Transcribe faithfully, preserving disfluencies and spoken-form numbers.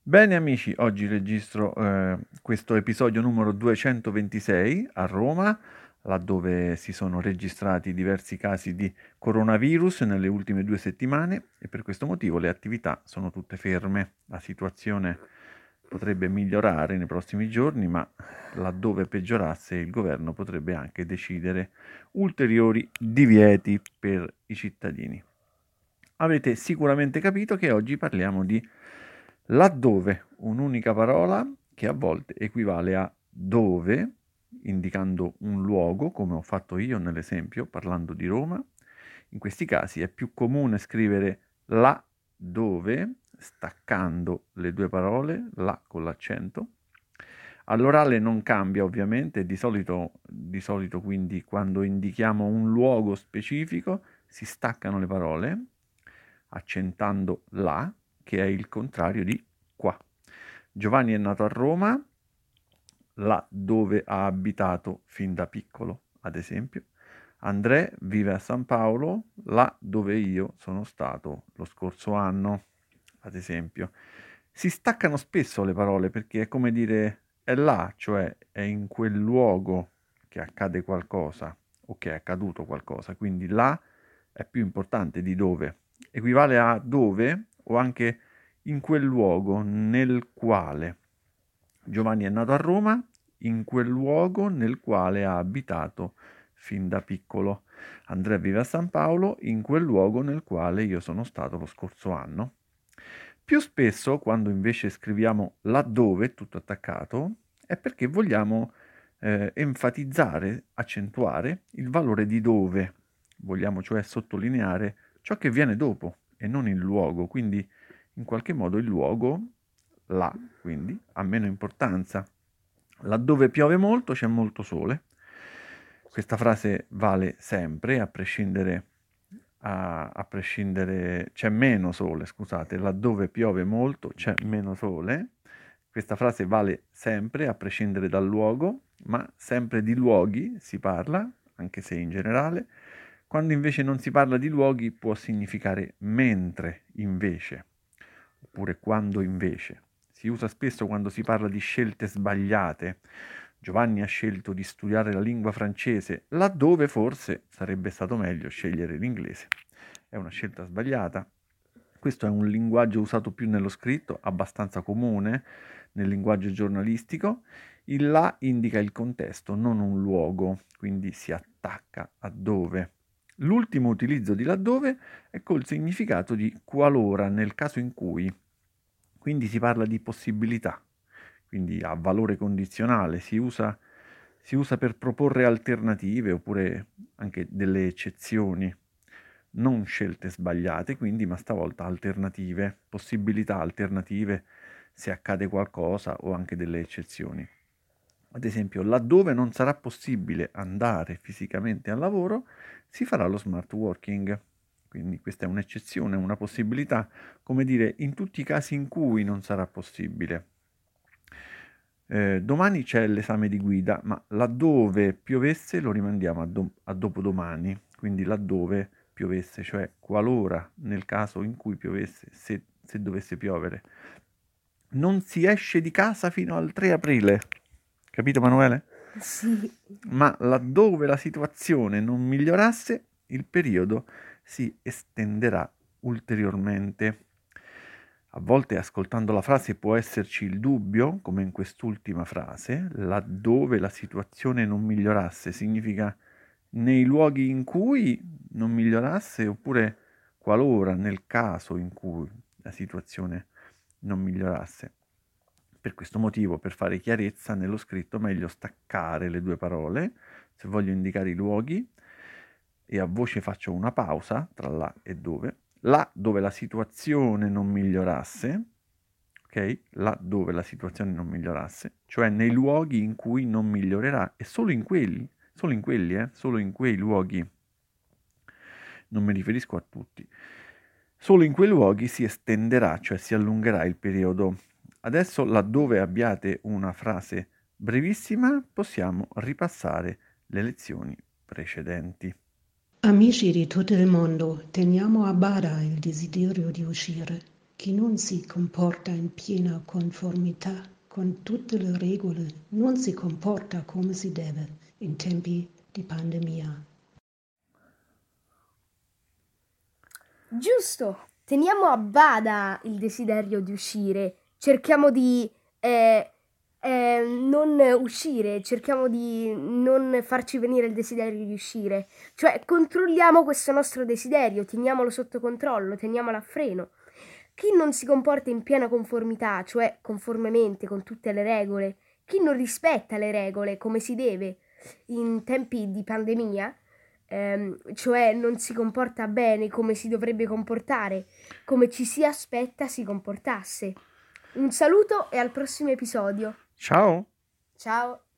Bene amici, oggi registro eh, questo episodio numero duecentoventisei a Roma, laddove si sono registrati diversi casi di coronavirus nelle ultime due settimane e per questo motivo le attività sono tutte ferme. La situazione potrebbe migliorare nei prossimi giorni, ma laddove peggiorasse il governo potrebbe anche decidere ulteriori divieti per i cittadini. Avete sicuramente capito che oggi parliamo di laddove, un'unica parola che a volte equivale a dove, indicando un luogo, come ho fatto io nell'esempio parlando di Roma. In questi casi è più comune scrivere là dove, staccando le due parole, là con l'accento. All'orale non cambia ovviamente, di solito, di solito quindi quando indichiamo un luogo specifico si staccano le parole, accentando là, che è il contrario di qua. Giovanni è nato a Roma, là dove ha abitato fin da piccolo, ad esempio. André vive a San Paolo, là dove io sono stato lo scorso anno, ad esempio. Si staccano spesso le parole perché è come dire è là, cioè è in quel luogo che accade qualcosa o che è accaduto qualcosa, quindi là è più importante di dove. Equivale a dove o anche in quel luogo nel quale. Giovanni è nato a Roma, in quel luogo nel quale ha abitato fin da piccolo. Andrea vive a San Paolo, in quel luogo nel quale io sono stato lo scorso anno. Più spesso, quando invece scriviamo laddove, tutto attaccato, è perché vogliamo eh, enfatizzare, accentuare il valore di dove. Vogliamo cioè sottolineare ciò che viene dopo e non il luogo. Quindi, in qualche modo, il luogo, là, quindi, ha meno importanza. Laddove piove molto c'è molto sole. Questa frase vale sempre, a prescindere, a, a prescindere, c'è meno sole, scusate, laddove piove molto c'è meno sole. Questa frase vale sempre, a prescindere dal luogo, ma sempre di luoghi si parla, anche se in generale. Quando invece non si parla di luoghi può significare mentre invece, oppure quando invece. Si usa spesso quando si parla di scelte sbagliate. Giovanni ha scelto di studiare la lingua francese, laddove forse sarebbe stato meglio scegliere l'inglese. È una scelta sbagliata. Questo è un linguaggio usato più nello scritto, abbastanza comune nel linguaggio giornalistico. Il là indica il contesto, non un luogo, quindi si attacca a dove. L'ultimo utilizzo di laddove è col significato di qualora, nel caso in cui. Quindi si parla di possibilità, quindi ha valore condizionale, si usa, si usa per proporre alternative oppure anche delle eccezioni, non scelte sbagliate, quindi, ma stavolta alternative, possibilità alternative se accade qualcosa o anche delle eccezioni. Ad esempio, laddove non sarà possibile andare fisicamente al lavoro, si farà lo smart working. Quindi questa è un'eccezione, una possibilità, come dire, in tutti i casi in cui non sarà possibile. Eh, domani c'è l'esame di guida, ma laddove piovesse lo rimandiamo a, do- a dopodomani, quindi laddove piovesse, cioè qualora nel caso in cui piovesse, se, se dovesse piovere. Non si esce di casa fino al tre aprile. Capito Manuele? Sì, Ma laddove la situazione non migliorasse, il periodo si estenderà ulteriormente. A volte ascoltando la frase può esserci il dubbio, come in quest'ultima frase, laddove la situazione non migliorasse, significa nei luoghi in cui non migliorasse oppure qualora, nel caso in cui la situazione non migliorasse. Per questo motivo, per fare chiarezza nello scritto, è meglio staccare le due parole, se voglio indicare i luoghi, e a voce faccio una pausa tra là e dove. Là dove la situazione non migliorasse, ok? Là dove la situazione non migliorasse, cioè nei luoghi in cui non migliorerà, e solo in quelli, solo in quelli, eh? Solo in quei luoghi, non mi riferisco a tutti. Solo in quei luoghi si estenderà, cioè si allungherà il periodo. Adesso, laddove abbiate una frase brevissima, possiamo ripassare le lezioni precedenti. amici di tutto il mondo, teniamo a bada il desiderio di uscire. Chi non si comporta in piena conformità con tutte le regole non si comporta come si deve in tempi di pandemia. Giusto, teniamo a bada il desiderio di uscire, cerchiamo di eh, eh, non uscire, cerchiamo di non farci venire il desiderio di uscire, cioè controlliamo questo nostro desiderio, teniamolo sotto controllo, teniamolo a freno. Chi non si comporta in piena conformità, cioè conformemente con tutte le regole, chi non rispetta le regole come si deve in tempi di pandemia, ehm, cioè non si comporta bene come si dovrebbe comportare, come ci si aspetta si comportasse. Un saluto e al prossimo episodio. Ciao! Ciao!